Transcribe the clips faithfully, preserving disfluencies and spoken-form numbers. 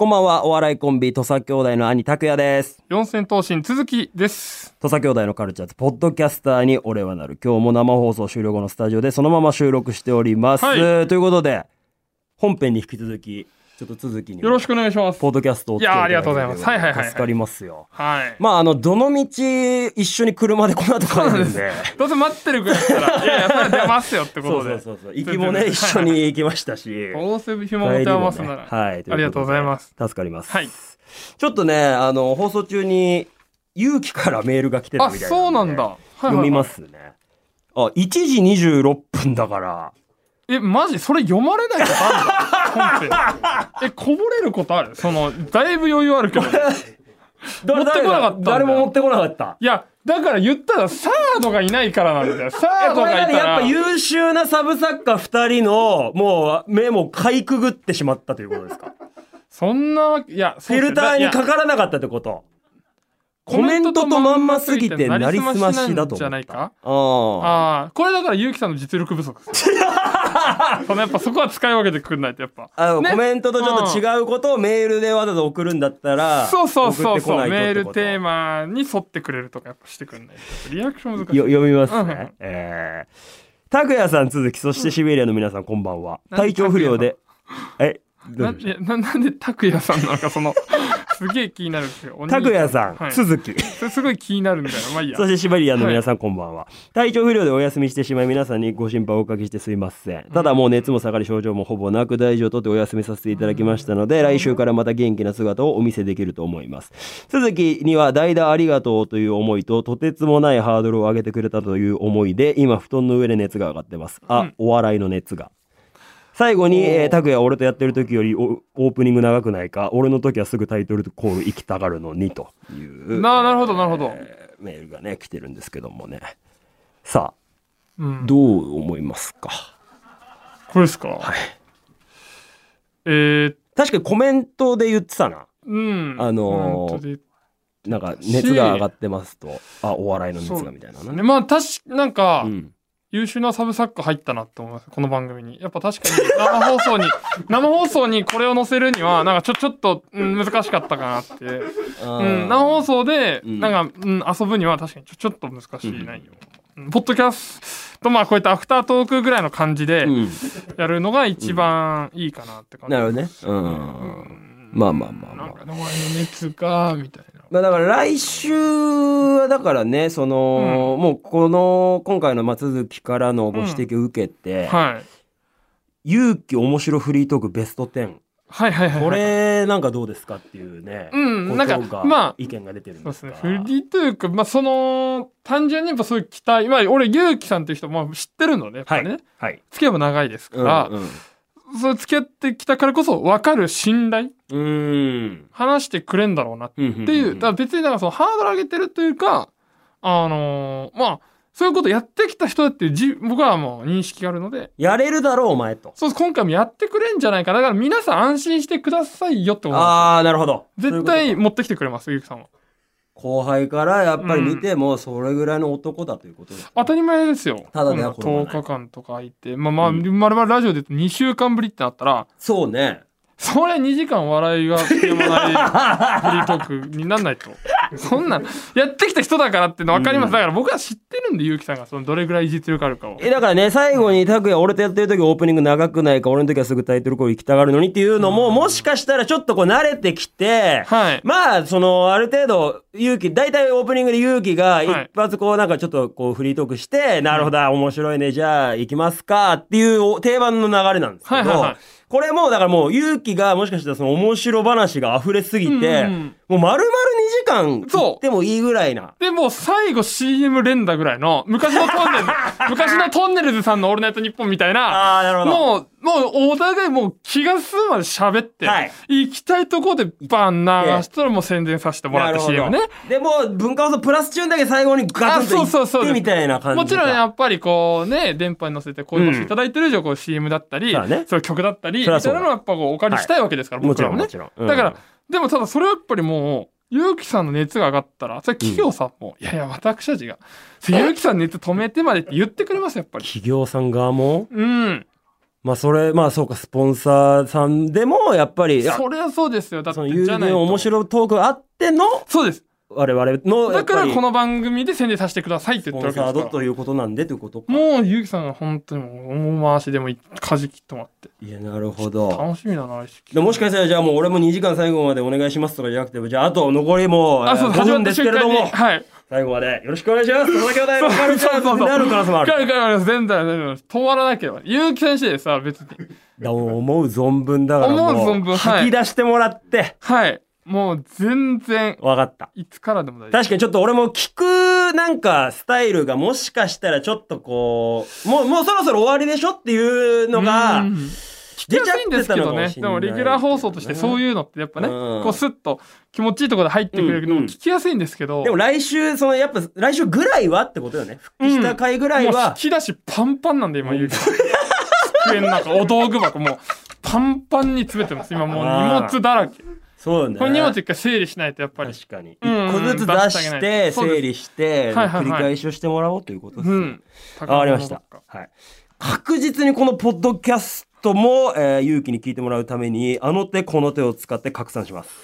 こんばんは。お笑いコンビ土佐兄弟の兄拓也です。 四千頭身続きです。 土佐兄弟のカルチャーズポッドキャスターに俺はなる。今日も生放送終了後のスタジオでそのまま収録しております、はい、ということで本編に引き続きちょっと続きによろしくお願いします。 ポッドキャストをいやありがとうございます。はいはいはい、 助かりますよ。 はい。 まああのどの道一緒に車でこの後帰るんでどうせ待ってるぐらいだったらいやいやそれ出ますよってことでそうそうそうそう行きもね一緒に行きましたしどうせ紐持て合わすなら、ね、はい、ありがとうございます。 助かります。 はい。 ちょっとねあの放送中に勇気からメールが来てたみたいなので、 あそうなんだ、はいはいはい、 読みますね。あいちじにじゅうろっぷんだからえマジそれ読まれないことあるんだえこぼれることある。そのだいぶ余裕あるけど持ってこなかったんだよ。 誰も持ってこなかった。 いやだから言ったらサードがいないからなんだよ。サードがいたらこれやっぱ優秀なサブ作家ふたりのもう目もかいくぐってしまったということですか。 そんないやフィルターにかからなかったってこと。コメントとまんますぎてなりすましだと思った。じゃないか。ああこれだから結城さんの実力不足ですそのやっぱそこは使い分けてくんないとやっぱあの、ね、コメントとちょっと違うことをメールでわざわざ送るんだったら、 そうそうそうそうメールテーマに沿ってくれるとかやっぱしてくんないとリアクション難しい。 よ読みますね、うん、えー、拓也さん続きそしてシベリアの皆さんこんばんは。体調不良でえな, な, なんで拓也さんなのかそのすげえ気になるんですよ。 拓也さん、はい、続きすごい気になるんだよ。まあいいや。 そしてシベリアの皆さん、はい、こんばんは。体調不良でお休みしてしまい皆さんにご心配をおかけしてすいません。ただもう熱も下がり症状もほぼなく大事をとってお休みさせていただきましたので、来週からまた元気な姿をお見せできると思います。続きには代打ありがとうという思いととてつもないハードルを上げてくれたという思いで今布団の上で熱が上がってます。あ、うん、お笑いの熱が。最後に、えー、拓也俺とやってる時より オ, オープニング長くないか。俺の時はすぐタイトルコール行きたがるのにというな, なるほどなるほど、 えー、メールがね来てるんですけどもね。さあ、うん、どう思いますか。 これですか。 はい。 えー、 確かにコメントで言ってたな。 うん。 あのー、なんか熱が上がってますと、あお笑いの熱がみたいなね。 まあ確かなんか。うん優秀なサブ作家入ったなって思いますこの番組に。やっぱ確かに生放送に生放送にこれを載せるにはなんかちょちょっと、うん、難しかったかなって、うん、生放送でなんか、うん、遊ぶには確かにちょちょっと難しい内容、うん、ポッドキャストまあこういったアフタートークぐらいの感じでやるのが一番いいかなって感じ、 うん、なるほどね、うんうん、まあまあまあまあなんか名前の熱かみたいな。 まあ、だから来週はだからねその、うん、もうこの今回の続きからのご指摘を受けて、 うんはい、 勇気面白フリートークベストテン、 はいはいはいはい、 これなんかどうですかっていうね、 うん、なんかまあ意見が出てるんですか。 そうですね、フリーというか、まあ、その単純にやっぱそういう期待、まあ、俺勇気さんっていう人、まあ、知ってるので、ね、やっぱね、はいはい、付き合いも長いですから、うんうんそれ付き合ってきたからこそ分かる信頼うーん話してくれんだろうなっていう、だから別になんかそのハードル上げてるというかあのー、まあそういうことやってきた人だっていうじ僕はもう認識があるのでやれるだろうお前とそう今回もやってくれんじゃないかな。だから皆さん安心してくださいよってことなんですよ。 ああなるほど。 絶対持ってきてくれますゆきさんは。 後輩からやっぱり見てもそれぐらいの男だということです、 うん、当たり前ですよ。 ただねとおかかんとかいてまあまあ、うん、まるまるラジオで言うとにしゅうかんぶりってなったらそうねそれにじかん笑いが止まないフリートークになんないとそんなやってきた人だからっての分かります、うん、だから僕は知ってるんでゆうきさんがそのどれぐらい実力あるかを。 えだからね最後に拓也俺とやってる時オープニング長くないか俺の時はすぐタイトルコール行きたがるのにっていうのも、うん、もしかしたらちょっとこう慣れてきて、はい、まあそのある程度勇気大体オープニングで勇気が一発こうなんかちょっとこうフリートークして、はい、なるほど面白いねじゃあ行きますかっていう定番の流れなんですけど、はいはいはい、これもだからもう勇気がもしかしたらその面白話が溢れすぎて、うんうん、もう丸々にじかん行ってもいいぐらいな。 でもう最後 シーエム 連打ぐらいの昔のトンネルズ昔のトンネルズさんのオールナイトニッポンみたいな、 あなるほどもうもうお互いもう気が済むまで喋って、はい、行きたいところでバン流したらもう宣伝させてもらって シーエム ね。 でも文化放送プラスチューンだけ最後にガツンと行ってみたいな感じ。 もちろんやっぱりこうね電波に乗せて声をしていただいてる以上こう シーエム だったり、うんね、そういう曲だったりみたいなのをやっぱこうお借りしたいわけですから、はい、僕らもね。もちろんもちろん、うん、だからでもただそれはやっぱりもうゆうきさんの熱が上がったらそれ企業さんも、うん、いやいや私たちがゆうきさんの熱止めてまでって言ってくれますやっぱり。 企業さん側もうんまあそれまあそうかスポンサーさんでもやっぱりそりゃそうですよ。だってその有限じゃないと面白いトークがあってのそうです我々のだからこの番組で宣伝させてくださいって言ってるわけですから。 スポンサードということなんでということか。 もうゆうきさんが本当にもう大回しでも舵切ってもらって。 いやなるほど。 楽しみだな。 でもしかしたらじゃあもう俺もにじかん最後までお願いしますとかじゃなくてじゃああと残りもうあそうごふんですけれども、 はい、 最後までよろしくお願いします。佐々木兄弟のカルチャーズになる可能性もある。 全然全然止まらなければゆうき先生でさ別にだ思う存分だからもう思う存分吐き出してもらってはいもう全然分かった。 いつからでも大丈夫。 確かにちょっと俺も聞くなんかスタイルがもしかしたらちょっとこうもうもうそろそろ終わりでしょっていうのが出ちゃってたのかもしれない。 でもレギュラー放送としてそういうのってやっぱね、うん、こうスッと気持ちいいところで入ってくれるのも聞きやすいんですけど、うんうん、 でも来週そのやっぱ来週ぐらいはってことよね。復帰した回ぐらいは、うん、もう引き出しパンパンなんで今言うけど机の中お道具箱もうパンパンに詰めてます今もう荷物だらけ。 そうね。 これ荷物一回整理しないとやっぱり確かに一個ずつ出して整理して繰り返しをしてもらおうということです。わかりました。はい。確実にこのポッドキャストも、えー、勇気に聞いてもらうためにあの手この手を使って拡散します。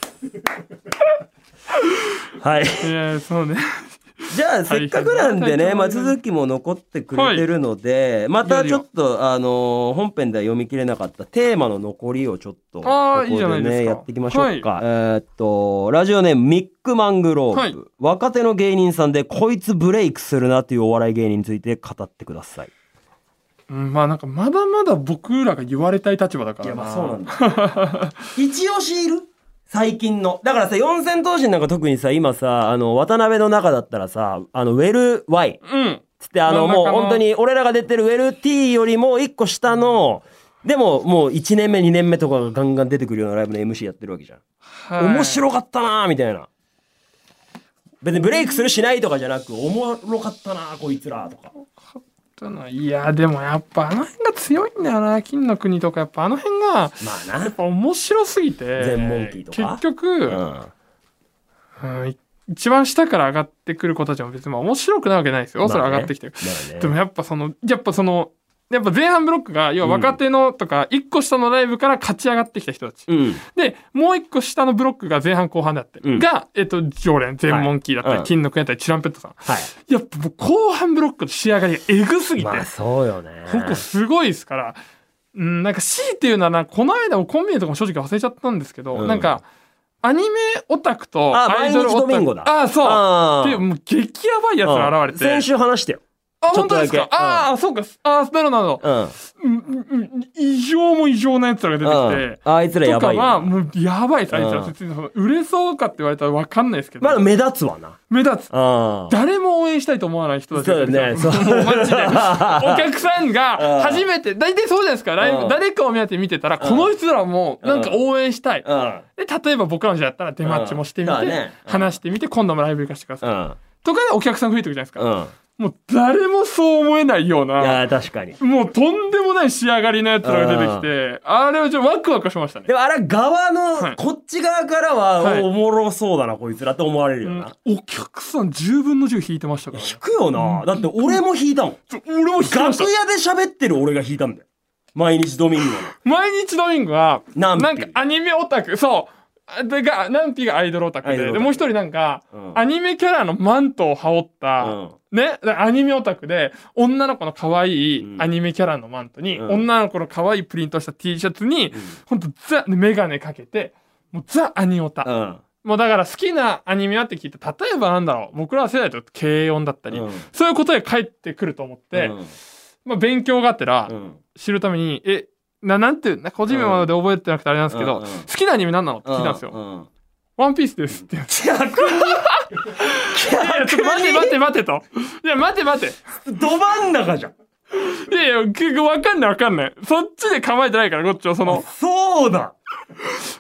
はい。 いやそうね。 じゃあせっかくなんでね、まあ、続きも残ってくれてるので、はい、またちょっとあのー、本編では読み切れなかったテーマの残りをちょっとここでねやっていきましょうか。はい、えー、っとラジオネームミックマングローブ、はい、若手の芸人さんでこいつブレイクするなというお笑い芸人について語ってください。 うん、まあなんかまだまだ僕らが言われたい立場だからな。いやまあそうなんだ。 一押しいる最近のだからさ四千頭身なんか特にさ今さあの渡辺の中だったらさあのウェル Y つってあのもう本当に俺らが出てるウェル T よりも一個下のでももういちねんめにねんめとかがガンガン出てくるようなライブの エムシー やってるわけじゃん、はい、面白かったなーみたいな別にブレイクするしないとかじゃなくおもろかったなーこいつらとかいやでもやっぱあの辺が強いんだよな金の国とかやっぱあの辺がまあなやっぱ面白すぎて全モンキーとか結局、うんうん、一番下から上がってくる子たちも別に面白くないわけないですよ、まあね、それ上がってきてる、まあね、でもやっぱそのやっぱそのやっぱ前半ブロックが要は若手のとかいっこ下のライブから勝ち上がってきた人たち、うん、でもういっこ下のブロックが前半後半であって、うん、が、えっと、常連全モンキーだったり、はい、金の国だったりチュランペットさん、はい、やっぱもう後半ブロックの仕上がりがえぐすぎて、 まあそうよねここすごいですから、うん、なんか C っていうのはなこの間もコンビニとかも正直忘れちゃったんですけど、うん、なんかアニメオタクとアイドルオタクあ毎日ドミンゴだあそうあっていうもう激ヤバいやつが現れて先週話してよあ、本当ですか、うん、ああ、そうか。ああ、なるほど。うん。うん、異常も異常な奴らが出てきて。 うん、あいつらやばいよ。 とかは、もうやばいです。あいつら。別に売れそうかって言われたら分かんないですけど。 まだ目立つわな。 目立つ。誰も応援したいと思わない人たちがそうだね。そう。 もうマジで。お客さんが初めて、大体そうじゃないですか。ライブ、誰かを目当て見てたら、この人らもなんか応援したい。で、例えば僕らの時代だったら出待ちもしてみて、話してみて、今度もライブ行かせてください。とかでお客さん増えてくるじゃないですか。もう誰もそう思えないような。 いや確かに。 もうとんでもない仕上がりのやつらが出てきて、あれはちょっとワクワクしましたね。 でもあれ側の、はい、こっち側からは、はい、おもろそうだなこいつらって思われるよな。 うん、お客さんじゅうぶんのじゅう引いてましたから、ね。 引くよな。だって俺も引いたもん。 俺も引いた。 楽屋で喋ってる俺が引いたんだよ。毎日ドミングの。 毎日ドミングは、なんかアニメオタク、そう。でがナンピがアイドルオタク で, でもう一人なんか、うん、アニメキャラのマントを羽織った、うん、ねアニメオタクで女の子の可愛いアニメキャラのマントに、うん、女の子の可愛いプリントした T シャツに、うん、ほんとザメガネかけてもうザアニオタ、うん、もうだから好きなアニメはって聞いて例えばなんだろう僕ら世代と軽音だったり、うん、そういうことで帰ってくると思って、うんまあ、勉強があってら、うん、知るためにえな、なんて、個人名まで覚えてなくてあれなんですけど、うんうん、好きなアニメ何なのって聞いたんですよ。うんうん、ワンピースですって言って。逆にいや、ちょっと待て待て待てと。いや、待て待て。 ど真ん中じゃん。 いやいや、わかんないわかんない。そっちで構えてないから、こっちはその。 そうだ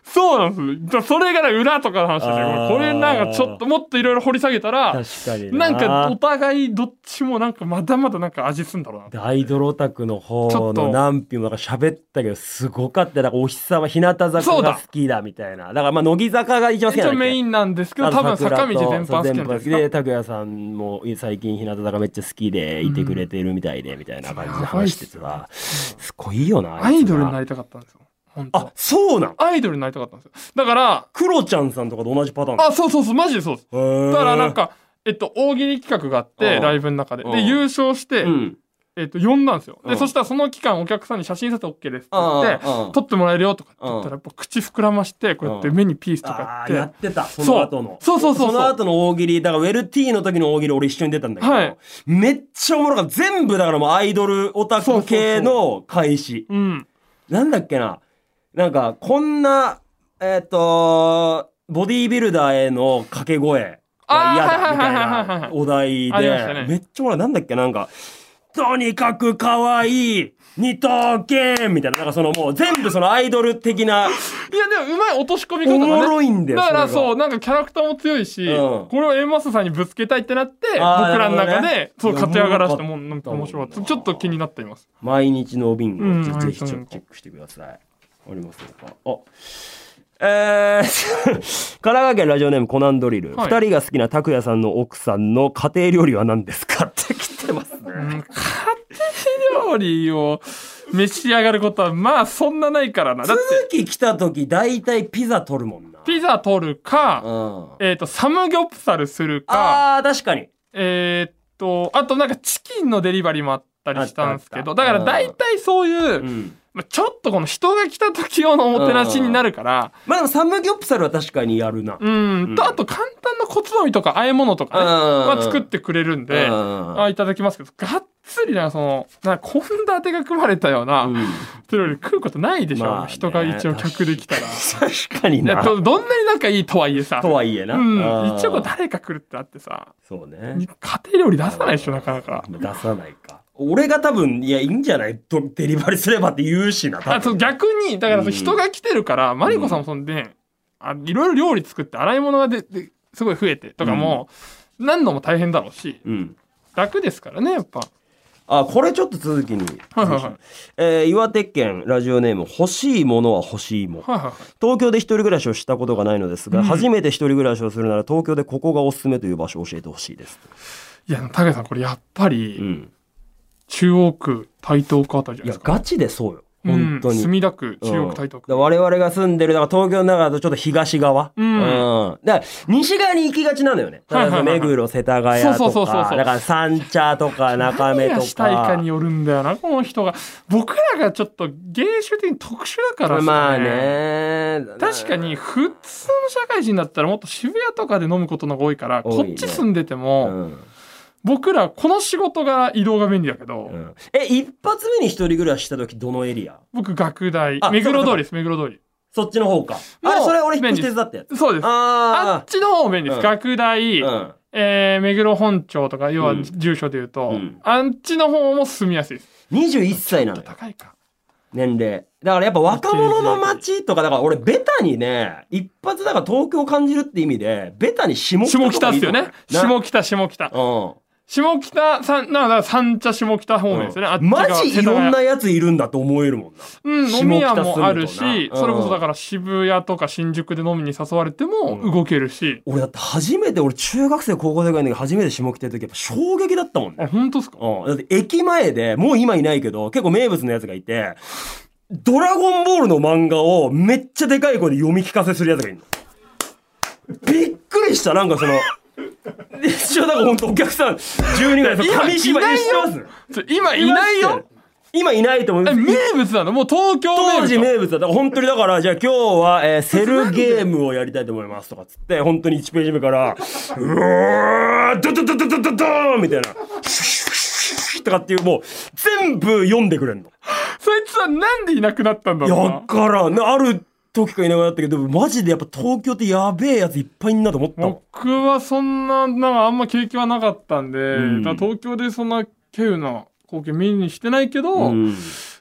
そうなんです。それがね裏とかの話ですよ。これなんかちょっともっといろいろ掘り下げたら、 確かにな。 なんかお互いどっちもなんかまだまだなんか味すんだろうな。 アイドルオタクの方の何品もなんか喋ったけどすごかった。なんかお日様日向坂が好きだみたいな。だからまあ乃木坂が一番好きなんだっけ。 一応メインなんですけど、多分坂道全般好きなんですで、拓哉さんも最近日向坂めっちゃ好きでいてくれてるみたいでみたいな感じで話しててさ、すごいよな。 アイドルになりたかったんですよ。本当。 あ、そうなん。 アイドルになりたかったんですよ。だからクロちゃんさんとかと同じパターン。 あ、そうそうそう、マジでそうです。だからなんかえっと大喜利企画があってライブの中でで優勝して。うんえっと、呼んだんですよ。で、そしたらその期間お客さんに写真撮影 OK ですって言って、撮ってもらえるよとかって言ったら、やっぱ口膨らまして、こうやって目にピースとかって。 やってた、その後の。 そうそうそう。 その後の大喜利、だからウェルティーの時の大喜利俺一緒に出たんだけど、はい、めっちゃおもろかった。全部だからもうアイドルオタク系の開始。うん。なんだっけな。なんか、こんな、えっと、ボディービルダーへの掛け声が嫌だみたいなお題で、めっちゃおもろい。なんだっけ、なんか、とにかく可愛い二等剣みたいな、なんかそのもう全部そのアイドル的な。いやでもうまい落とし込み方がね。 おもろいんだよ。 だからそう、なんかキャラクターも強いし、うん、これを A マスさんにぶつけたいってなって、僕らの中で、ね、そう勝ち上がらしてもなんか面白かった。ちょっと気になっています。 毎日のビンゴ、ぜひチェックしてください。ありますか？あ。えー、神奈川県ラジオネームコナンドリル、はい、ふたりが好きな拓哉さんの奥さんの家庭料理は何ですかって来てますね。うん、 家庭料理を召し上がることはまあそんなないからな。 だって続き来た時大体ピザ取るもんな。 ピザ取るか、うん、えっ、ー、とサムギョプサルするか。あー確かに。 えっ、ー、とあとなんかチキンのデリバリーもあったりしたんですけど、だから大体そういう、うんまあ、ちょっとこの人が来た時用のおもてなしになるから。 まあでもサムギョプサルは確かにやるな。 うん。うん、と、あと簡単なコツ飲みとか和え物とかね、は作ってくれるんで、あいただきますけど、がっつりな、その、な、献立が組まれたような、うん、それより食うことないでしょ。まあ、人が一応客で来たら。 確かにな。 どんなに仲いいとはいえさ。 とはいえな。 うん。一応誰か来るってあってさ。 そうね。 家庭料理出さないでしょ、なかなか。 出さないか。俺が多分、いや、いいんじゃないとデリバリーすればって言うしな。 あそう逆に、だから人が来てるから、うん、マリコさんもそんで、ね、あいろいろ料理作って洗い物がでですごい増えてとかも、うん、何度も大変だろうし、うん、楽ですからね、やっぱ。 あ、これちょっと続きに。はいはいはい。えー、岩手県ラジオネーム、欲しいものは欲しいも。はいはいはい。東京で一人暮らしをしたことがないのですが、うん、初めて一人暮らしをするなら東京でここがおすすめという場所を教えてほしいです。 いや、竹さん、これやっぱり、うん中央区台東区あたりじゃないですか。 いやガチでそうよ本当に、 うん、墨田区中央区台東区、 うん、我々が住んでるだから東京の中だとちょっと東側、うんうん、だから西側に行きがちなのよね。だから目黒世田谷とかだから三茶とか中目とか何がしたいかによるんだよなこの人が。僕らがちょっと芸種的に特殊だからさ、ね、 まあね確かに普通の社会人だったらもっと渋谷とかで飲むことの方が多いから、ね、こっち住んでても、うん僕らこの仕事が移動が便利だけど、うん、 え一発目に一人暮らしした時どのエリア？ 僕学大目黒通りです目黒通り。 そっちの方か。あれそれ俺引っ越し手伝ったやつ。 そうです。あっちの方便利です、うん、学大、うんえー、目黒本町とか要は住所で言うと、うん、あっちの方も住みやすいです。 にじゅういっさいなのよ。 高いか年齢だからやっぱ若者の街とかだから俺ベタにね一発だから東京を感じるって意味でベタに下北下北っすよね。下北下北うん下北さん、なんか三茶下北方面ですよね。うん、あっちマジいろんなやついるんだと思えるもんな。 うん、飲み屋もあるし、うん、それこそだから渋谷とか新宿で飲みに誘われても動けるし。 うん、俺だって初めて、俺中学生高校生ぐらいの時初めて下北行った時やっぱ衝撃だったもんね。 あ、本当ですか？ うん。だって駅前で、もう今いないけど、結構名物のやつがいて、ドラゴンボールの漫画をめっちゃでかい声で読み聞かせするやつがいるの。びっくりした、なんかその、一応だから本当お客さんじゅうにんぐらい紙芝居してます今いないよ今いないと思う。 名物なのもう東京名物当時名物だ。だから本当にだからじゃあ今日は、えー、セルゲームをやりたいと思いますとかつって本当にいちページ目からうわードドドドドドドーンみたいなとかっていうもう全部読んでくれんの。 そいつはなんでいなくなったんだろうな。 いやからある時かいなくなったけどマジでやっぱ東京ってやべえやついっぱいいんなと思ったもん。 僕はそんななんかあんま経験はなかったんで、うん、だから東京でそんな稀有な光景見にしてないけど、うん、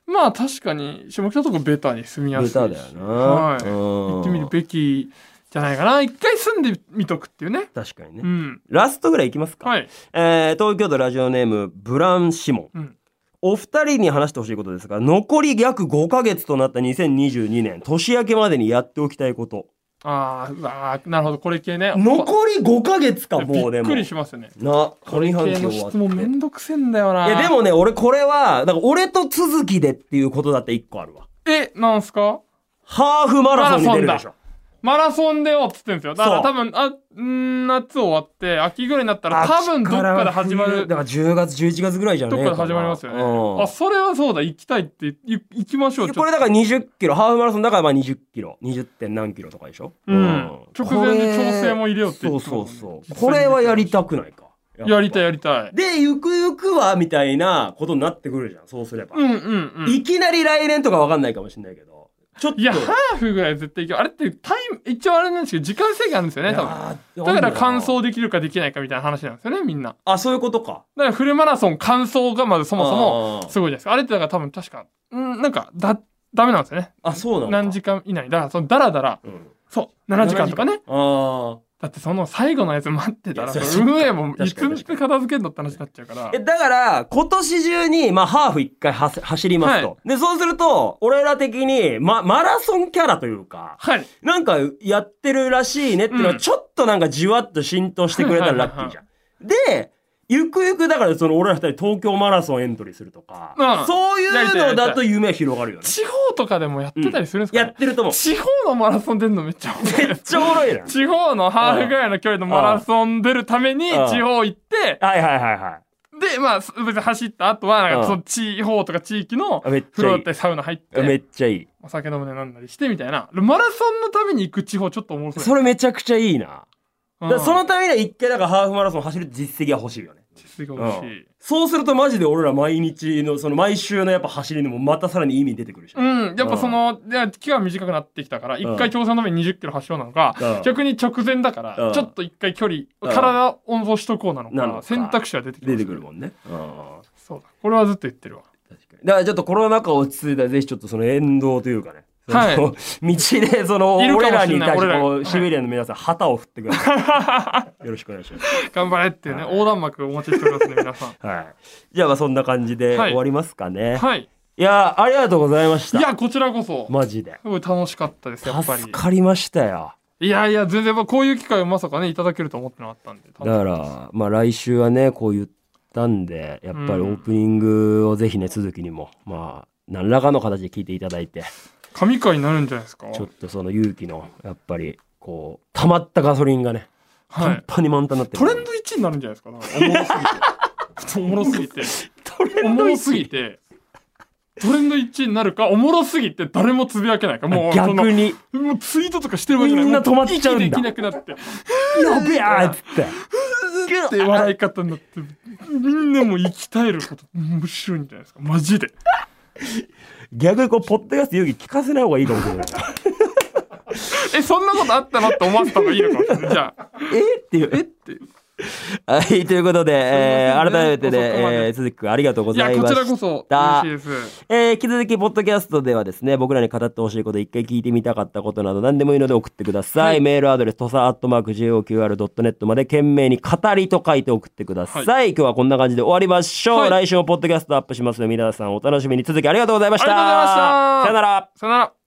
まあ確かに下北とかベタに住みやすいし、 ベタだよな、 はい、 うん、 行ってみるべきじゃないかな。一回住んでみとくっていうね。 確かにね、 うん、 ラストぐらいいきますか、 はい、 えー、東京都ラジオネームブランシモン、うん、お二人に話してほしいことですが、残り約ごかげつとなったにせんにじゅうにねん年明けまでにやっておきたいこと。 ああ、なるほど、これ系ね。 残りごかげつか、もう。でもびっくりしますよね。 な、 これ系の質問めんどくせえんだよな。 いやでもね、俺これはだから俺と続きでっていうことだって一個あるわ。 え、なんすか？ ハーフマラソンに出るでしょ。 マラソンでよっつってんですよ。だから多分、あ、ん夏終わって、秋ぐらいになったら多分どっかで始まる。 だからじゅうがつ、じゅういちがつぐらいじゃねえかな。 どっかで始まりますよね。 うん、 あ、それはそうだ、行きたいって行きましょう。 これだからにじゅっキロ、ハーフマラソンだからまあにじゅっキロ、にじゅってん何キロとかでしょ。 うん。うん、直前で調整も入れようって言って、 そうそうそう。これはやりたくないか。 や, やりたいやりたい。 で、ゆくゆくはみたいなことになってくるじゃん、そうすれば。 うんうんうん。 いきなり来年とかわかんないかもしれないけど。ちょっといや、ハーフぐらい絶対いける。あれってタイム、一応あれなんですけど、時間制限あるんですよね、多分。だから完走できるかできないかみたいな話なんですよね、みんな。 あ、そういうことか。 だからフルマラソン完走がまずそもそもすごいじゃないですか。あれってだから多分確か、んなんか、だ、ダメなんですよね。 あ、そうなの？ 何時間以内。だから、その、だらだら、うん、そう、ななじかんとかね。ああ。だってその最後のやつ待ってたら、運営もいつに片付けんのって話になっちゃうから。 え、だから、今年中に、まあ、ハーフ一回は走りますと、はい。で、そうすると、俺ら的に、ま、マラソンキャラというか、はい。なんか、やってるらしいねっていうのは、ちょっとなんかじわっと浸透してくれたらラッキーじゃん。で、ゆくゆくだからその俺ら二人東京マラソンエントリーするとか、うん、そういうのだと夢は広がるよね。 地方とかでもやってたりするんですか、ねうん、やってると思う。 地方のマラソン出るのめっちゃおもろい。 めっちゃおもろいな。 地方のハーフぐらいの距離のマラソン出るために地方行って、 はいはいはいはい。 で、まあ、別に走った後は、なんかその地方とか地域の風呂だったりサウナ入って、 めっちゃいい。 お酒飲むで飲んだりしてみたいな。マラソンのために行く地方ちょっと面白い。 それめちゃくちゃいいな。だからそのためには一回だからハーフマラソン走る実績は欲しいよね。 実績が欲しい、うん。 そうするとマジで俺ら毎日のその毎週のやっぱ走りにもまたさらに意味出てくるし。 うん。やっぱその、うん、期間短くなってきたから、一回挑戦のためににじゅっキロ走ろうなのか、うん、逆に直前だから、うん、ちょっと一回距離、うん、体温存しとこうなのか、うん、選択肢は出てきます、ね、 出てくるもんね。うん。 そうだ。これはずっと言ってるわ。 確かに。だからちょっとコロナ禍落ち着いたらぜひちょっとその沿道というかね。はい、道でその俺らに対してこうシベリアの皆さん旗を振ってください。よろしくお願いします。 頑張れっていうね、はい、横断幕をお待ちしておりますね皆さん。 はい。じゃあまあそんな感じで終わりますかね。 はい。 いやありがとうございました。 いやこちらこそマジですごい楽しかったですやっぱり。 助かりましたよ。 いやいや全然こういう機会をまさかねいただけると思ってなかったんで。 だからまあ来週はねこう言ったんでやっぱりオープニングをぜひね続きにもまあ何らかの形で聞いていただいて。 神回になるんじゃないですか。 ちょっとその勇気のやっぱりこう溜まったガソリンがね、はい、本当に満タンになってる。 トレンドいちいになるんじゃないですか。おもろすぎておもろすぎてトレンドいちいおもろすぎてトレンドいちいになるかおもろすぎて誰もつぶやけないか。もう逆にもうツイートとかしてるわけじゃない。 みんな止まっちゃうんだ。 息できなくなってやべえーっつってって笑い方になってみんなも息絶えること面白いんじゃないですかマジで。 逆にこうポッドキャスト勇気聞かせない方がいいかもしれない。 えそんなことあったのって思わせた方がいいのかもしれない。じゃあえっていうえっていうはいということで、えー、改めてね、えー、鈴木くんありがとうございました。いやこちらこそ嬉しいです。 えー、引き続きポッドキャストではですね僕らに語ってほしいこと一回聞いてみたかったことなど何でもいいので送ってください、はい、メールアドレスとさアットマーク ジェイオーキューアールドットネット まで懸命に語りと書いて送ってください、はい、今日はこんな感じで終わりましょう、はい、来週もポッドキャストアップしますので皆さんお楽しみに。続きありがとうございました。 ありがとうございました。 さよなら。 さよなら。